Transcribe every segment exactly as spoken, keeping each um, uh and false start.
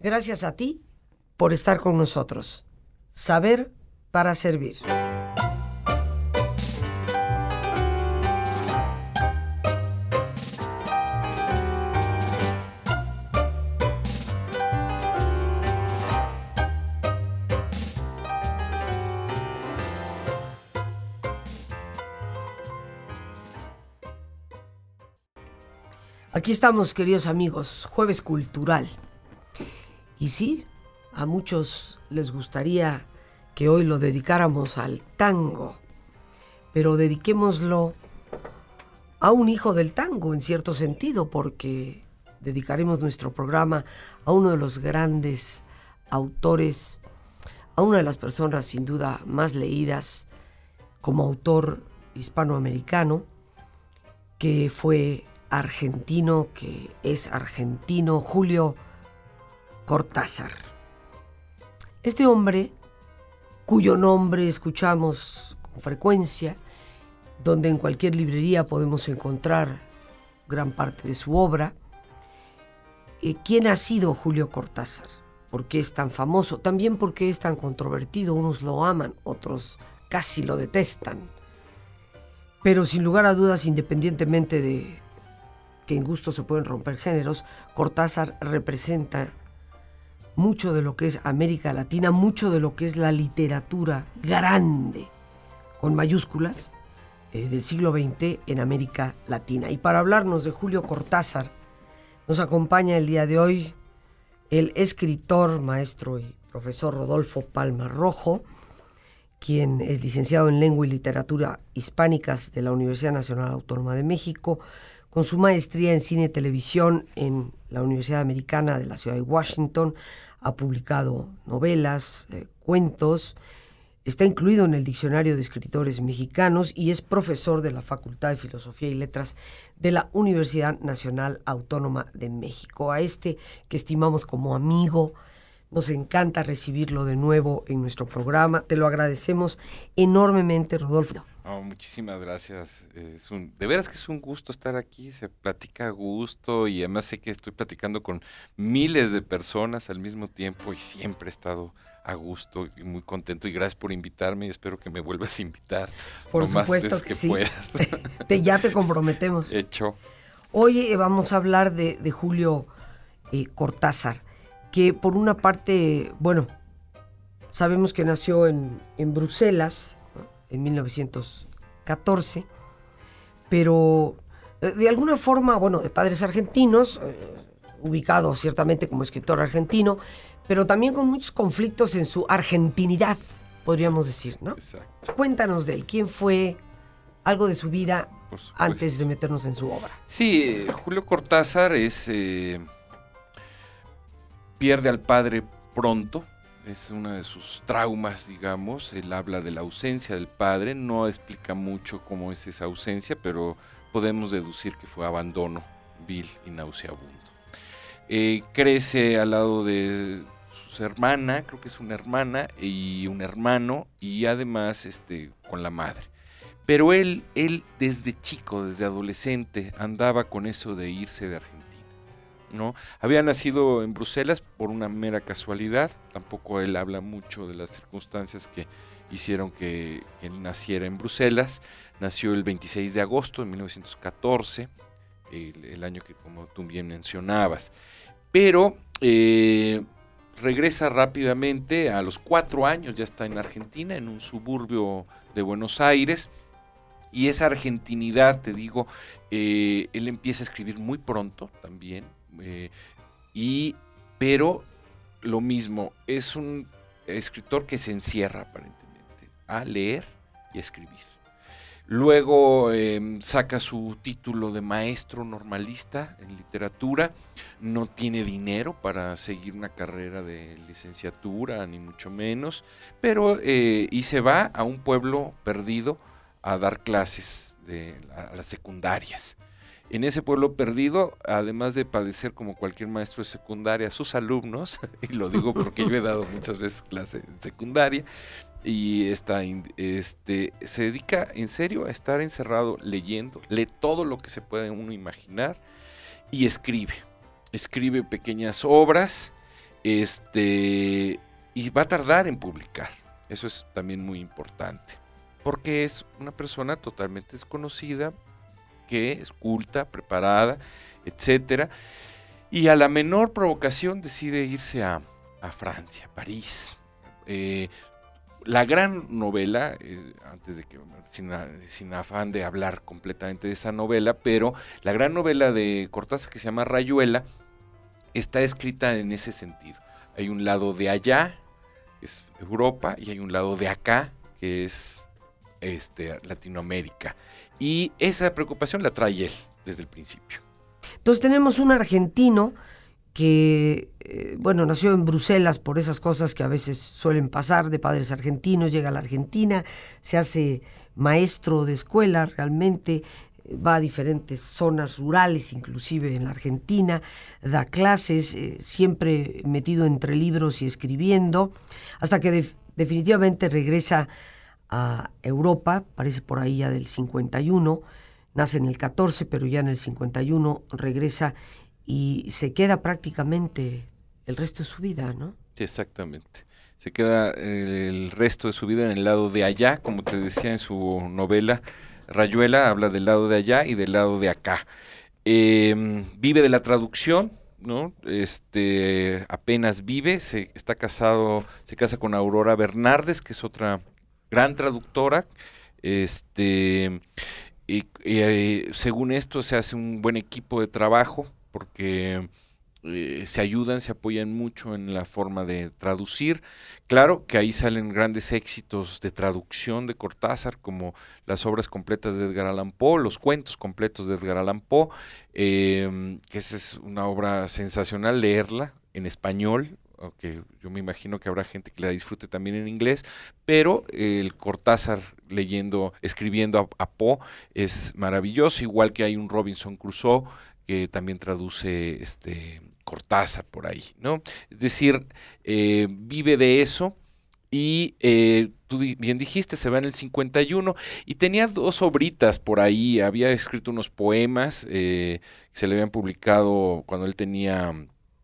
Gracias a ti por estar con nosotros. Saber para servir. Aquí estamos, queridos amigos, Jueves Cultural. Y sí, a muchos les gustaría que hoy lo dedicáramos al tango, pero dediquémoslo a un hijo del tango, en cierto sentido, porque dedicaremos nuestro programa a uno de los grandes autores, a una de las personas sin duda más leídas como autor hispanoamericano, que fue argentino, que es argentino, Julio Cortázar. Este hombre, cuyo nombre escuchamos con frecuencia, donde en cualquier librería podemos encontrar gran parte de su obra. Eh, ¿Quién ha sido Julio Cortázar? ¿Por qué es tan famoso? También por qué es tan controvertido. Unos lo aman, otros casi lo detestan. Pero sin lugar a dudas, independientemente de que en gusto se pueden romper géneros, Cortázar representa mucho de lo que es América Latina, mucho de lo que es la literatura grande, con mayúsculas, eh, del siglo veinte en América Latina. Y para hablarnos de Julio Cortázar, nos acompaña el día de hoy el escritor, maestro y profesor Rodolfo Palma Rojo, quien es licenciado en Lengua y Literatura Hispánicas de la Universidad Nacional Autónoma de México, con su maestría en Cine y Televisión en la Universidad Americana de la Ciudad de Washington. Ha publicado novelas, eh, cuentos, está incluido en el Diccionario de Escritores Mexicanos y es profesor de la Facultad de Filosofía y Letras de la Universidad Nacional Autónoma de México. A este que estimamos como amigo, nos encanta recibirlo de nuevo en nuestro programa. Te lo agradecemos enormemente, Rodolfo. Oh, muchísimas gracias. Es un, de veras que es un gusto estar aquí, se platica a gusto y además sé que estoy platicando con miles de personas al mismo tiempo y siempre he estado a gusto y muy contento y gracias por invitarme y espero que me vuelvas a invitar por lo más supuesto veces que, que sí. puedas. te, ya te comprometemos. Hecho. Hoy eh, vamos a hablar de, de Julio eh, Cortázar, que por una parte, bueno, sabemos que nació en, en Bruselas, ¿no?, en mil novecientos catorce, pero eh, de alguna forma, bueno, de padres argentinos, eh, ubicado ciertamente como escritor argentino, pero también con muchos conflictos en su argentinidad, podríamos decir, ¿no? Exacto. Cuéntanos de él, ¿quién fue? Algo de su vida antes de meternos en su obra. Sí, Julio Cortázar es eh, pierde al padre pronto. Es uno de sus traumas, digamos. Él habla de la ausencia del padre, no explica mucho cómo es esa ausencia, pero podemos deducir que fue abandono vil y nauseabundo. Eh, crece al lado de su hermana, creo que es una hermana y un hermano, y además este, con la madre. Pero él, él desde chico, desde adolescente, andaba con eso de irse de Argentina, ¿no? Había nacido en Bruselas por una mera casualidad, tampoco él habla mucho de las circunstancias que hicieron que, que él naciera en Bruselas. Nació el veintiséis de agosto de mil novecientos catorce, el, el año que como tú bien mencionabas, pero eh, regresa rápidamente, a los cuatro años ya está en Argentina, en un suburbio de Buenos Aires. Y esa argentinidad, te digo, eh, él empieza a escribir muy pronto también, eh, y, pero lo mismo, es un escritor que se encierra aparentemente a leer y a escribir. Luego eh, saca su título de maestro normalista en literatura, no tiene dinero para seguir una carrera de licenciatura, ni mucho menos, pero eh, y se va a un pueblo perdido a dar clases de, a, a las secundarias. En ese pueblo perdido, además de padecer como cualquier maestro de secundaria a sus alumnos, y lo digo porque yo he dado muchas veces clase en secundaria, y está, este, se dedica en serio a estar encerrado leyendo, lee todo lo que se puede uno imaginar y escribe, escribe pequeñas obras este, y va a tardar en publicar. Eso es también muy importante, porque es una persona totalmente desconocida, que es culta, preparada, etcétera, y a la menor provocación decide irse a, a Francia, París. Eh, la gran novela, eh, antes de que, sin, sin afán de hablar completamente de esa novela, pero la gran novela de Cortázar, que se llama Rayuela, está escrita en ese sentido. Hay un lado de allá, que es Europa, y hay un lado de acá, que es este, Latinoamérica. Y esa preocupación la trae él desde el principio. Entonces tenemos un argentino que, eh, bueno, nació en Bruselas por esas cosas que a veces suelen pasar, de padres argentinos, llega a la Argentina, se hace maestro de escuela realmente, va a diferentes zonas rurales, inclusive en la Argentina, da clases, eh, siempre metido entre libros y escribiendo, hasta que de, definitivamente regresa a Europa, parece por ahí ya del cincuenta y uno, nace en el catorce, pero ya en el cincuenta y uno regresa y se queda prácticamente el resto de su vida, ¿no? Sí, exactamente. Se queda el resto de su vida en el lado de allá, como te decía en su novela, Rayuela habla del lado de allá y del lado de acá. Eh, vive de la traducción, ¿no? Este, apenas vive, se está casado, se casa con Aurora Bernardes, que es otra gran traductora. Este, y, y, eh, según esto se hace un buen equipo de trabajo, porque eh, se ayudan, se apoyan mucho en la forma de traducir. Claro que ahí salen grandes éxitos de traducción de Cortázar, como las obras completas de Edgar Allan Poe, los cuentos completos de Edgar Allan Poe, eh, que esa es una obra sensacional leerla en español, aunque yo me imagino que habrá gente que la disfrute también en inglés, pero el Cortázar leyendo, escribiendo a, a Poe es maravilloso, igual que hay un Robinson Crusoe que también traduce este Cortázar por ahí, ¿no? Es decir, eh, vive de eso y eh, tú bien dijiste, se va en el cincuenta y uno y tenía dos obritas por ahí, había escrito unos poemas eh, que se le habían publicado cuando él tenía,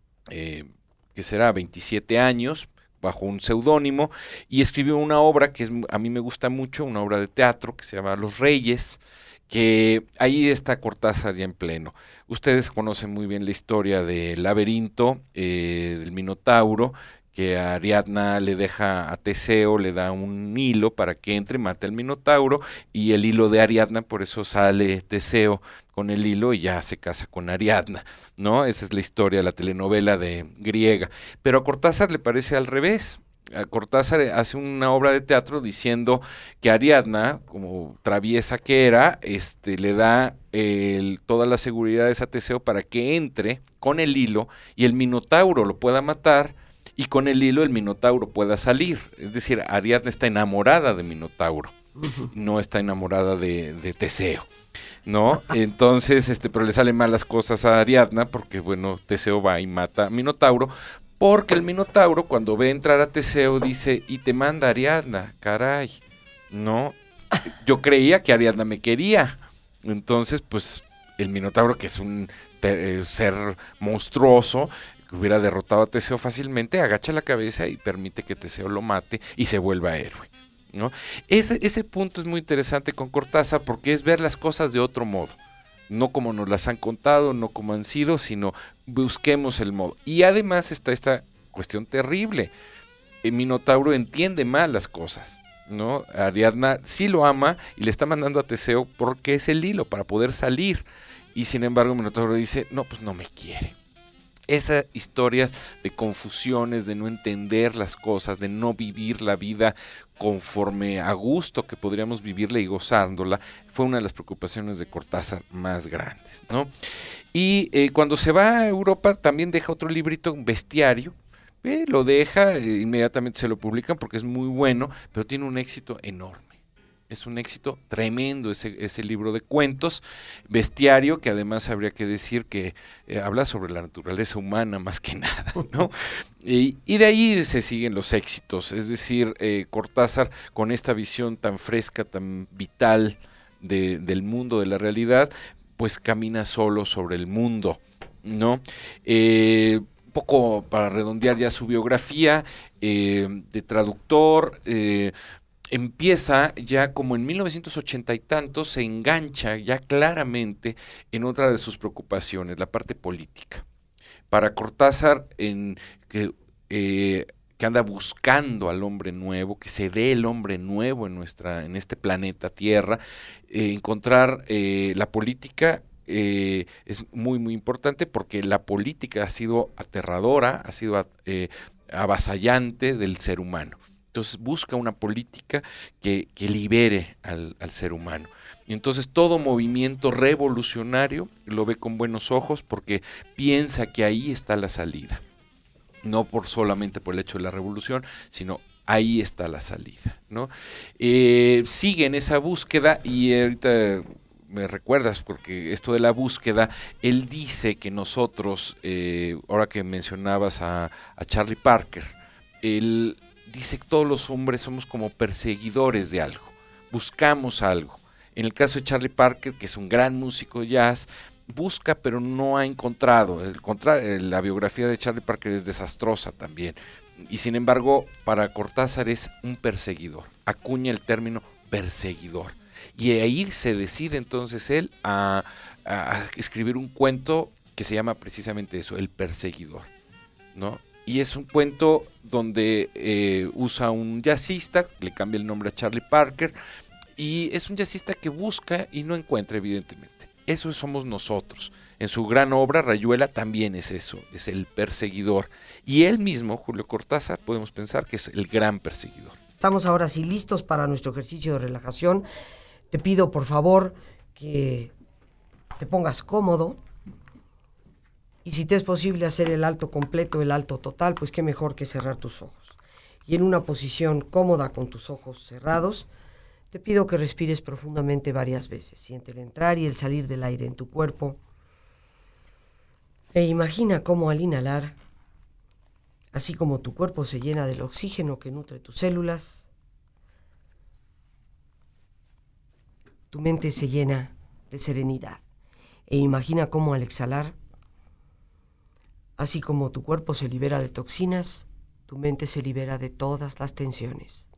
eh, ¿qué será?, veintisiete años, bajo un seudónimo, y escribió una obra que es, a mí me gusta mucho, una obra de teatro que se llama Los Reyes, que ahí está Cortázar ya en pleno. Ustedes conocen muy bien la historia del laberinto, eh, del Minotauro, que a Ariadna le deja a Teseo, le da un hilo para que entre, mate al Minotauro, y el hilo de Ariadna, por eso sale Teseo con el hilo y ya se casa con Ariadna, ¿no? Esa es la historia, la telenovela de griega. Pero a Cortázar le parece al revés. Cortázar hace una obra de teatro diciendo que Ariadna, como traviesa que era, este, le da el, todas las seguridades a Teseo para que entre con el hilo y el Minotauro lo pueda matar y con el hilo el Minotauro pueda salir. Es decir, Ariadna está enamorada de Minotauro, uh-huh. no está enamorada de, de Teseo, ¿no? Entonces, este, pero le salen malas cosas a Ariadna porque, bueno, Teseo va y mata a Minotauro. Porque el Minotauro, cuando ve entrar a Teseo, dice, y te manda Ariadna, caray, ¿no? Yo creía que Ariadna me quería. Entonces, pues, el Minotauro, que es un te- ser monstruoso, que hubiera derrotado a Teseo fácilmente, agacha la cabeza y permite que Teseo lo mate y se vuelva héroe, ¿no? Ese, ese punto es muy interesante con Cortázar porque es ver las cosas de otro modo. No como nos las han contado, no como han sido, sino busquemos el modo. Y además está esta cuestión terrible. El Minotauro entiende mal las cosas, ¿no? Ariadna sí lo ama y le está mandando a Teseo porque es el hilo para poder salir. Y sin embargo Minotauro dice, no, pues no me quiere. Esas historias de confusiones, de no entender las cosas, de no vivir la vida conforme a gusto que podríamos vivirla y gozándola, fue una de las preocupaciones de Cortázar más grandes, ¿no? Y eh, cuando se va a Europa también deja otro librito, un bestiario, eh, lo deja, eh, inmediatamente se lo publican porque es muy bueno, pero tiene un éxito enorme. Es un éxito tremendo ese, ese libro de cuentos, bestiario, que además habría que decir que eh, habla sobre la naturaleza humana más que nada, ¿no? Y, y de ahí se siguen los éxitos, es decir, eh, Cortázar con esta visión tan fresca, tan vital de, del mundo, de la realidad, pues camina solo sobre el mundo, ¿no? Eh, un poco para redondear ya su biografía, eh, de traductor, eh, empieza ya como en mil novecientos ochenta y tantos, se engancha ya claramente en otra de sus preocupaciones, la parte política. Para Cortázar, en que, eh, que anda buscando al hombre nuevo, que se dé el hombre nuevo en, nuestra, en este planeta Tierra, eh, encontrar eh, la política eh, es muy, muy importante porque la política ha sido aterradora, ha sido eh, avasallante del ser humano. Entonces busca una política que, que libere al, al ser humano. Y entonces todo movimiento revolucionario lo ve con buenos ojos porque piensa que ahí está la salida. No por solamente por el hecho de la revolución, sino ahí está la salida, ¿no? Eh, sigue en esa búsqueda y ahorita me recuerdas, porque esto de la búsqueda, él dice que nosotros, eh, ahora que mencionabas a, a Charlie Parker, él dice que todos los hombres somos como perseguidores de algo, buscamos algo. En el caso de Charlie Parker, que es un gran músico de jazz, busca pero no ha encontrado. El contra, la biografía de Charlie Parker es desastrosa también. Y sin embargo, para Cortázar es un perseguidor. Acuña el término perseguidor. Y ahí se decide entonces él a, a escribir un cuento que se llama precisamente eso, El perseguidor, ¿no? Y es un cuento donde eh, usa un jazzista, le cambia el nombre a Charlie Parker, y es un jazzista que busca y no encuentra, evidentemente. Eso somos nosotros. En su gran obra, Rayuela, también es eso, es el perseguidor. Y él mismo, Julio Cortázar, podemos pensar que es el gran perseguidor. Estamos ahora sí listos para nuestro ejercicio de relajación. Te pido, por favor, que te pongas cómodo. Y si te es posible hacer el alto completo, el alto total, pues qué mejor que cerrar tus ojos. Y en una posición cómoda con tus ojos cerrados, te pido que respires profundamente varias veces. Siente el entrar y el salir del aire en tu cuerpo. E imagina cómo al inhalar, así como tu cuerpo se llena del oxígeno que nutre tus células, tu mente se llena de serenidad. E imagina cómo al exhalar, así como tu cuerpo se libera de toxinas, tu mente se libera de todas las tensiones.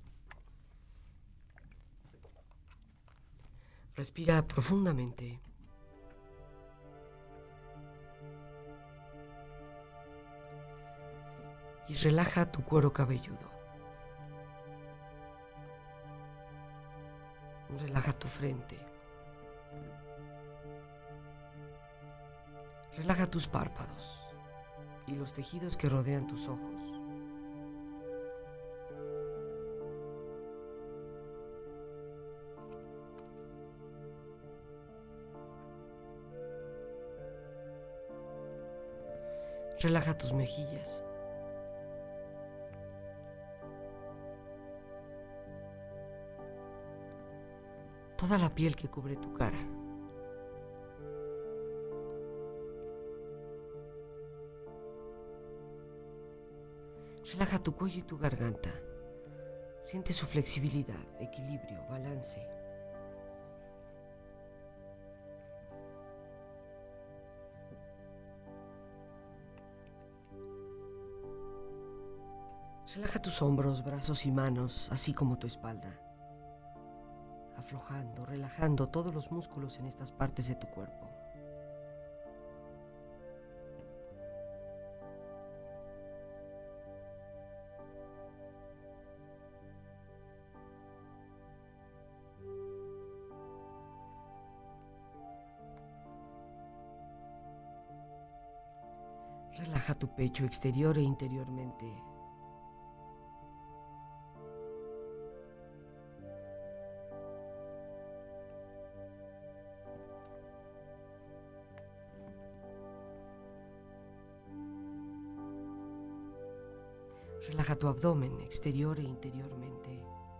Respira profundamente. Y relaja tu cuero cabelludo. Relaja tu frente. Relaja tus párpados y los tejidos que rodean tus ojos. Relaja tus mejillas. Toda la piel que cubre tu cara. Relaja tu cuello y tu garganta. Siente su flexibilidad, equilibrio, balance. Relaja tus hombros, brazos y manos, así como tu espalda. Aflojando, relajando todos los músculos en estas partes de tu cuerpo. Relaja tu pecho exterior e interiormente. Relaja tu abdomen exterior e interiormente.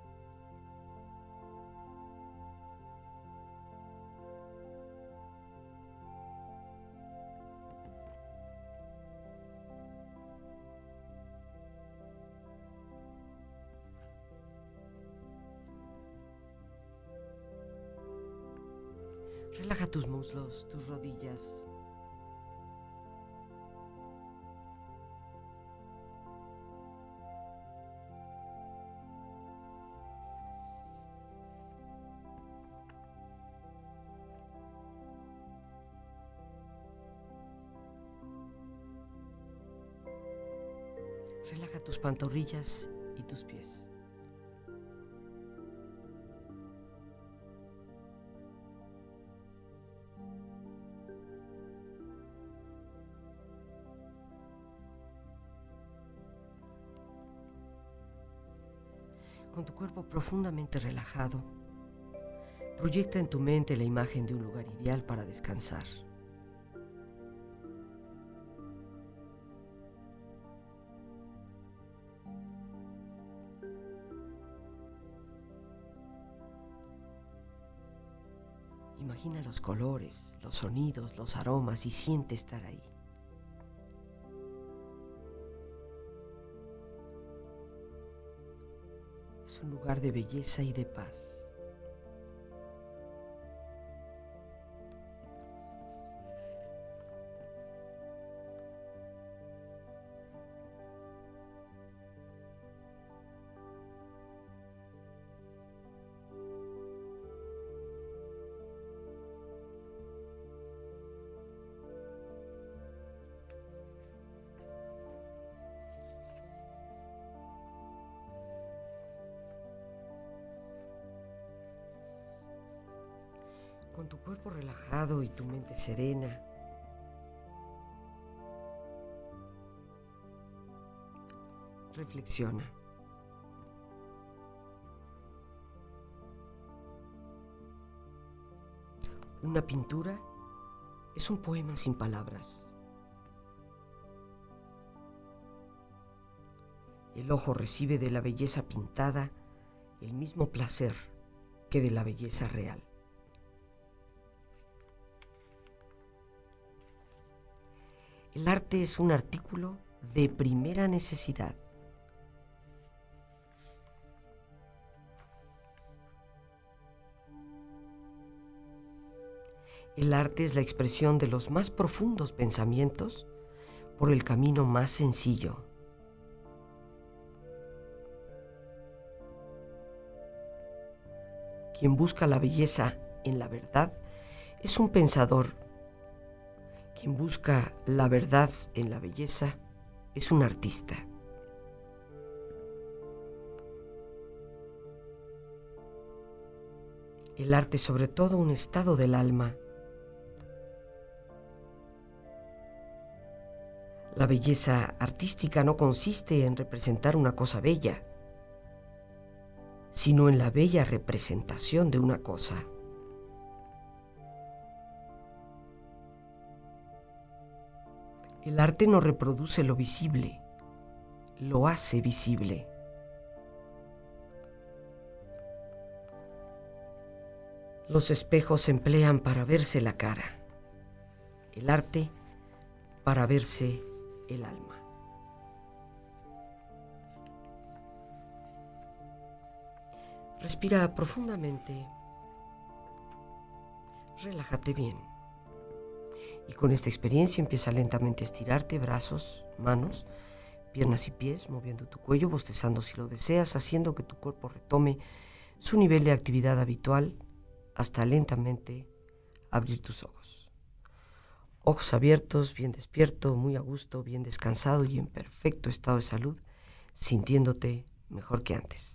Relaja tus muslos, tus rodillas. Relaja tus pantorrillas y tus pies. Con tu cuerpo profundamente relajado, proyecta en tu mente la imagen de un lugar ideal para descansar. Imagina los colores, los sonidos, los aromas y siente estar ahí. Es un lugar de belleza y de paz. Con tu cuerpo relajado y tu mente serena, reflexiona. Una pintura es un poema sin palabras. El ojo recibe de la belleza pintada el mismo placer que de la belleza real. El arte es un artículo de primera necesidad. El arte es la expresión de los más profundos pensamientos por el camino más sencillo. Quien busca la belleza en la verdad es un pensador. Quien busca la verdad en la belleza es un artista. El arte es sobre todo un estado del alma. La belleza artística no consiste en representar una cosa bella, sino en la bella representación de una cosa. El arte no reproduce lo visible, lo hace visible. Los espejos se emplean para verse la cara, el arte para verse el alma. Respira profundamente, relájate bien. Y con esta experiencia empieza lentamente a estirarte, brazos, manos, piernas y pies, moviendo tu cuello, bostezando si lo deseas, haciendo que tu cuerpo retome su nivel de actividad habitual hasta lentamente abrir tus ojos. Ojos abiertos, bien despierto, muy a gusto, bien descansado y en perfecto estado de salud, sintiéndote mejor que antes.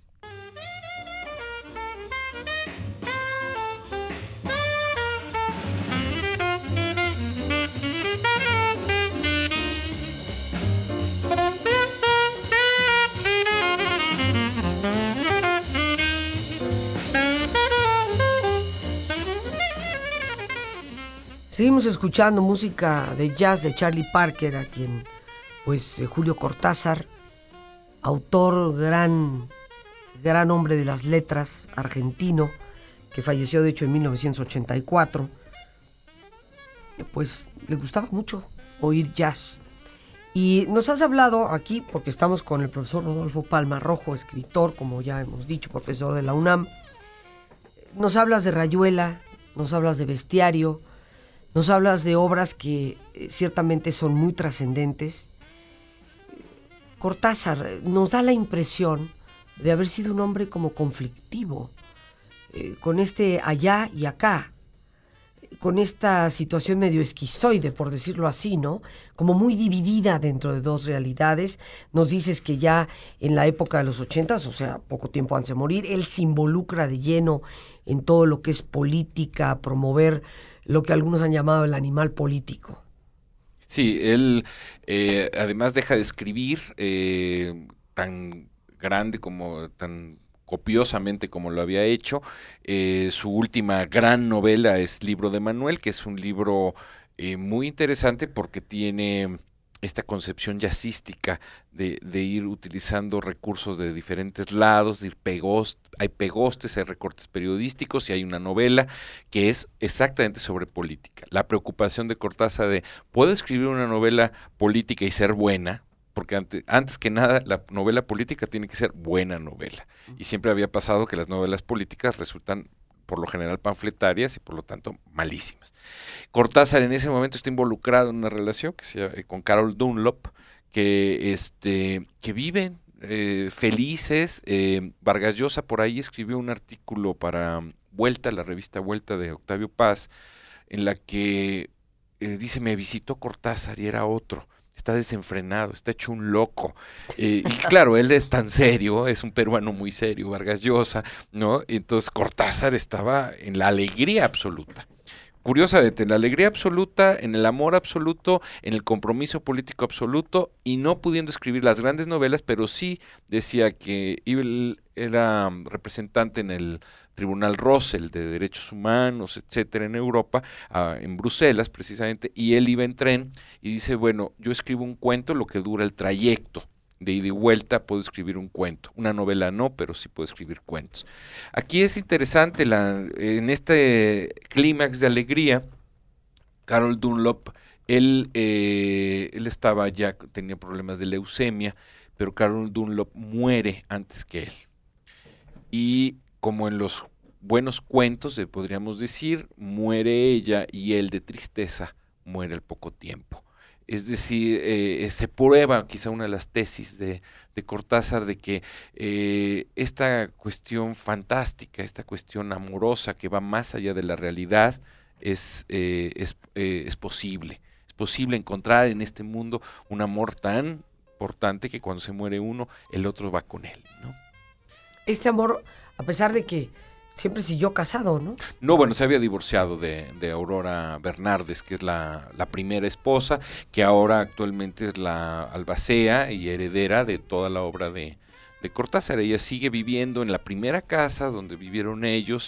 Seguimos escuchando música de jazz de Charlie Parker, a quien, pues, eh, Julio Cortázar, autor, gran, gran hombre de las letras, argentino, que falleció de hecho en mil novecientos ochenta y cuatro, pues le gustaba mucho oír jazz. Y nos has hablado aquí, porque estamos con el profesor Rodolfo Palma Rojo, escritor, como ya hemos dicho, profesor de la UNAM. Nos hablas de Rayuela, nos hablas de Bestiario, nos hablas de obras que eh, ciertamente son muy trascendentes. Cortázar nos da la impresión de haber sido un hombre como conflictivo, eh, con este allá y acá, con esta situación medio esquizoide, por decirlo así, ¿no? Como muy dividida dentro de dos realidades. Nos dices que ya en la época de los ochentas, o sea, poco tiempo antes de morir, él se involucra de lleno en todo lo que es política, promover lo que algunos han llamado el animal político. Sí, él eh, además deja de escribir eh, tan grande como, tan copiosamente como lo había hecho. Eh, su última gran novela es Libro de Manuel, que es un libro eh, muy interesante porque tiene esta concepción jazzística de, de ir utilizando recursos de diferentes lados, de ir pegost, hay pegostes, hay recortes periodísticos y hay una novela que es exactamente sobre política. La preocupación de Cortázar de, ¿puedo escribir una novela política y ser buena? Porque antes, antes que nada la novela política tiene que ser buena novela. Y siempre había pasado que las novelas políticas resultan por lo general panfletarias y por lo tanto malísimas. Cortázar en ese momento está involucrado en una relación que se llama, eh, con Carol Dunlop, que, este, que viven eh, felices. Eh, Vargas Llosa por ahí escribió un artículo para Vuelta, la revista Vuelta de Octavio Paz, en la que eh, dice, me visitó Cortázar y era otro. Está desenfrenado, está hecho un loco. Eh, y claro, él es tan serio, es un peruano muy serio, Vargas Llosa, ¿no? Entonces Cortázar estaba en la alegría absoluta. Curiosamente, en la alegría absoluta, en el amor absoluto, en el compromiso político absoluto, y no pudiendo escribir las grandes novelas, pero sí decía que él era representante en el Tribunal Russell de Derechos Humanos, etcétera, en Europa, uh, en Bruselas precisamente, y él iba en tren y dice, bueno, yo escribo un cuento lo que dura el trayecto, de ida y vuelta puedo escribir un cuento, una novela no, pero sí puedo escribir cuentos. Aquí es interesante, la, en este clímax de alegría, Carol Dunlop, él, eh, él estaba ya, tenía problemas de leucemia, pero Carol Dunlop muere antes que él. Y como en los buenos cuentos, eh, podríamos decir, muere ella y él de tristeza muere al poco tiempo. Es decir, eh, se prueba quizá una de las tesis de, de Cortázar de que eh, esta cuestión fantástica, esta cuestión amorosa que va más allá de la realidad es, eh, es, eh, es posible. Es posible encontrar en este mundo un amor tan importante que cuando se muere uno, el otro va con él, ¿no? Este amor, a pesar de que siempre siguió casado, ¿no? No, bueno, se había divorciado de, de Aurora Bernardes, que es la, la primera esposa, que ahora actualmente es la albacea y heredera de toda la obra de, de Cortázar. Ella sigue viviendo en la primera casa donde vivieron ellos,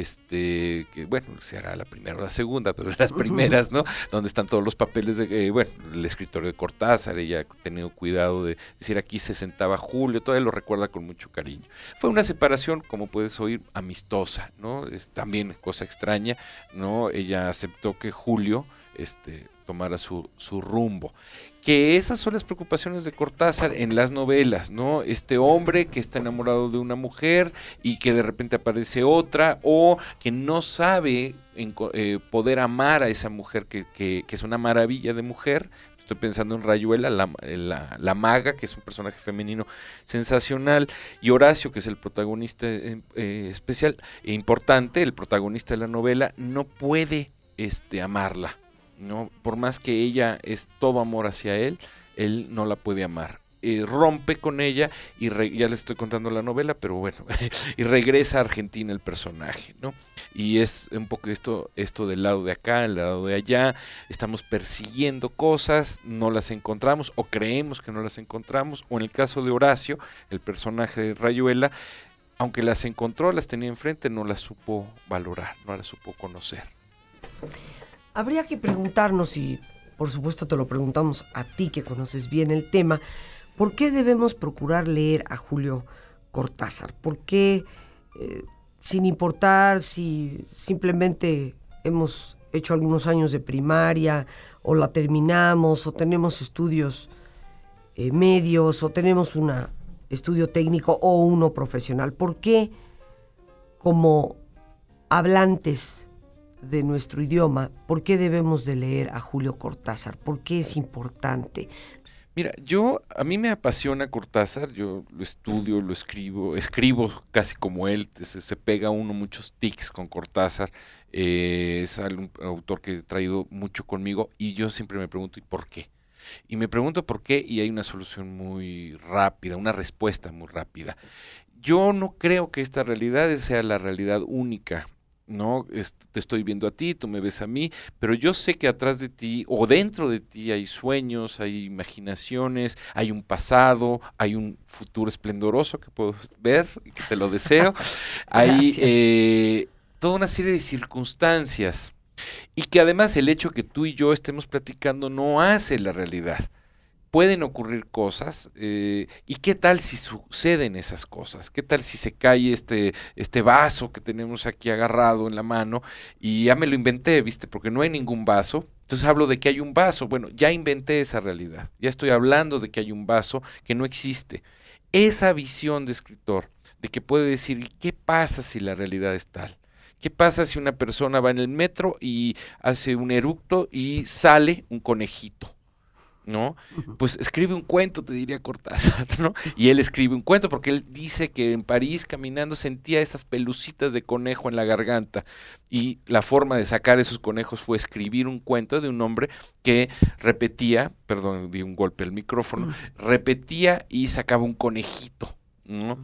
este, que bueno, será la primera o la segunda, pero las primeras, ¿no? Donde están todos los papeles de, eh, bueno, el escritorio de Cortázar. Ella ha tenido cuidado de decir, aquí se sentaba Julio, todavía lo recuerda con mucho cariño. Fue una separación, como puedes oír, amistosa, ¿no? Es también cosa extraña, ¿no? Ella aceptó que Julio, este, tomara su, su rumbo. Que esas son las preocupaciones de Cortázar en las novelas, ¿no? Este hombre que está enamorado de una mujer y que de repente aparece otra, o que no sabe en, eh, poder amar a esa mujer que, que, que es una maravilla de mujer. Estoy pensando en Rayuela, la, la, la maga, que es un personaje femenino sensacional, y Horacio, que es el protagonista eh, eh, especial e importante, el protagonista de la novela, no puede este, amarla. No, por más que ella es todo amor hacia él, él no la puede amar. Eh, rompe con ella y re, ya les estoy contando la novela, pero bueno, y regresa a Argentina el personaje, ¿no? Y es un poco esto, esto del lado de acá, el lado de allá, estamos persiguiendo cosas, no las encontramos o creemos que no las encontramos, o en el caso de Horacio, el personaje de Rayuela, aunque las encontró, las tenía enfrente, no las supo valorar, no las supo conocer. Habría que preguntarnos, y por supuesto te lo preguntamos a ti que conoces bien el tema, ¿por qué debemos procurar leer a Julio Cortázar? ¿Por qué, eh, sin importar si simplemente hemos hecho algunos años de primaria, o la terminamos, o tenemos estudios eh, medios, o tenemos un estudio técnico o uno profesional? ¿Por qué, como hablantes de nuestro idioma, por qué debemos de leer a Julio Cortázar? ¿Por qué es importante? Mira, yo, a mí me apasiona Cortázar, yo lo estudio, lo escribo, escribo casi como él, se, se pega uno muchos tics con Cortázar, eh, es un autor que he traído mucho conmigo y yo siempre me pregunto, ¿y por qué? Y me pregunto por qué y hay una solución muy rápida, una respuesta muy rápida. Yo no creo que esta realidad sea la realidad única, ¿no? Es, te estoy viendo a ti, tú me ves a mí, pero yo sé que atrás de ti o dentro de ti hay sueños, hay imaginaciones, hay un pasado, hay un futuro esplendoroso que puedo ver y que te lo deseo. Hay eh, toda una serie de circunstancias y que además el hecho que tú y yo estemos platicando no hace la realidad. Pueden ocurrir cosas, eh, y qué tal si suceden esas cosas, qué tal si se cae este, este vaso que tenemos aquí agarrado en la mano y ya me lo inventé, ¿viste? Porque no hay ningún vaso, entonces hablo de que hay un vaso, bueno, ya inventé esa realidad, ya estoy hablando de que hay un vaso que no existe. Esa visión de escritor, de que puede decir, ¿qué pasa si la realidad es tal? ¿Qué pasa si una persona va en el metro y hace un eructo y sale un conejito? ¿No? Pues escribe un cuento, te diría Cortázar, ¿no? Y él escribe un cuento porque él dice que en París caminando sentía esas pelucitas de conejo en la garganta y la forma de sacar esos conejos fue escribir un cuento de un hombre que repetía, perdón, di un golpe al micrófono, repetía y sacaba un conejito, ¿no?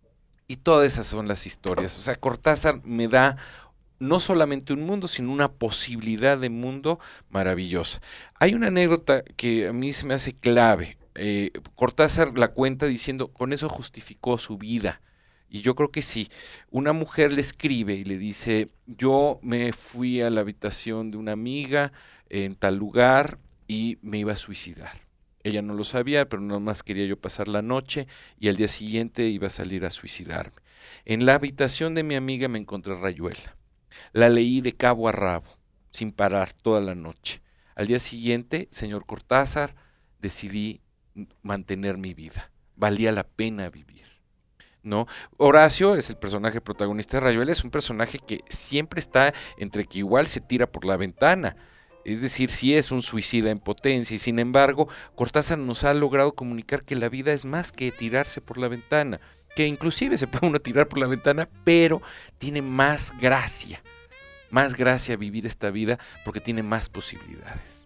Y todas esas son las historias. O sea, Cortázar me da no solamente un mundo, sino una posibilidad de mundo maravillosa. Hay una anécdota que a mí se me hace clave. Eh, Cortázar la cuenta diciendo, con eso justificó su vida. Y yo creo que sí. Una mujer le escribe y le dice, yo me fui a la habitación de una amiga en tal lugar y me iba a suicidar. Ella no lo sabía, pero nada más quería yo pasar la noche y al día siguiente iba a salir a suicidarme. En la habitación de mi amiga me encontré Rayuela. La leí de cabo a rabo, sin parar toda la noche. Al día siguiente, señor Cortázar, decidí mantener mi vida. Valía la pena vivir, ¿no? Horacio es el personaje protagonista de Rayuela, es un personaje que siempre está entre que igual se tira por la ventana, es decir, sí es un suicida en potencia, y sin embargo, Cortázar nos ha logrado comunicar que la vida es más que tirarse por la ventana, que inclusive se puede uno tirar por la ventana, pero tiene más gracia, más gracia vivir esta vida porque tiene más posibilidades.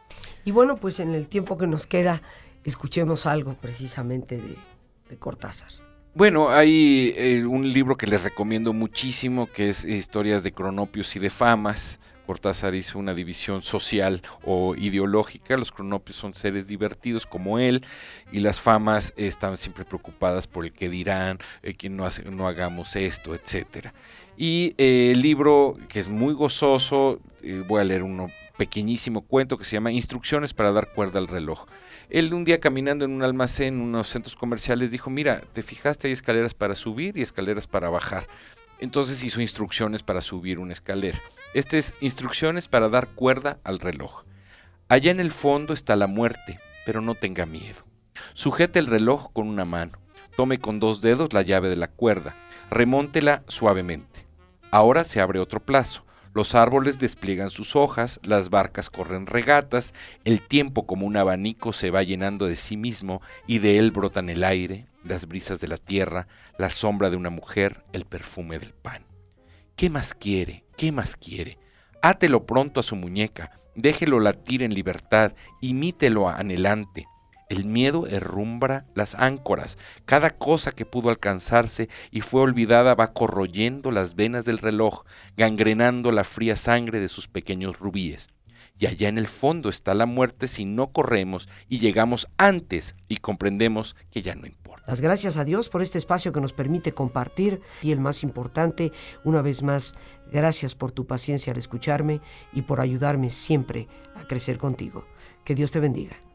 Y bueno, pues en el tiempo que nos queda, escuchemos algo precisamente de, de Cortázar. Bueno, hay eh, un libro que les recomiendo muchísimo, que es Historias de Cronopios y de Famas. Cortázar hizo una división social o ideológica. Los cronopios son seres divertidos como él y las famas están siempre preocupadas por el que dirán, eh, que no, hace, no hagamos esto, etcétera. Y eh, el libro, que es muy gozoso, eh, voy a leer un pequeñísimo cuento que se llama Instrucciones para dar cuerda al reloj. Él un día caminando en un almacén, en unos centros comerciales, dijo, mira, ¿te fijaste? Hay escaleras para subir y escaleras para bajar. Entonces hizo instrucciones para subir una escalera. Este es instrucciones para dar cuerda al reloj. Allá en el fondo está la muerte, pero no tenga miedo. Sujete el reloj con una mano. Tome con dos dedos la llave de la cuerda. Remóntela suavemente. Ahora se abre otro plazo. Los árboles despliegan sus hojas, las barcas corren regatas, el tiempo como un abanico se va llenando de sí mismo y de él brotan el aire, las brisas de la tierra, la sombra de una mujer, el perfume del pan. ¿Qué más quiere? ¿Qué más quiere? Átelo pronto a su muñeca, déjelo latir en libertad, imítelo anhelante. El miedo herrumbra las áncoras, cada cosa que pudo alcanzarse y fue olvidada va corroyendo las venas del reloj, gangrenando la fría sangre de sus pequeños rubíes. Y allá en el fondo está la muerte si no corremos y llegamos antes y comprendemos que ya no importa. Las gracias a Dios por este espacio que nos permite compartir y el más importante, una vez más, gracias por tu paciencia al escucharme y por ayudarme siempre a crecer contigo. Que Dios te bendiga.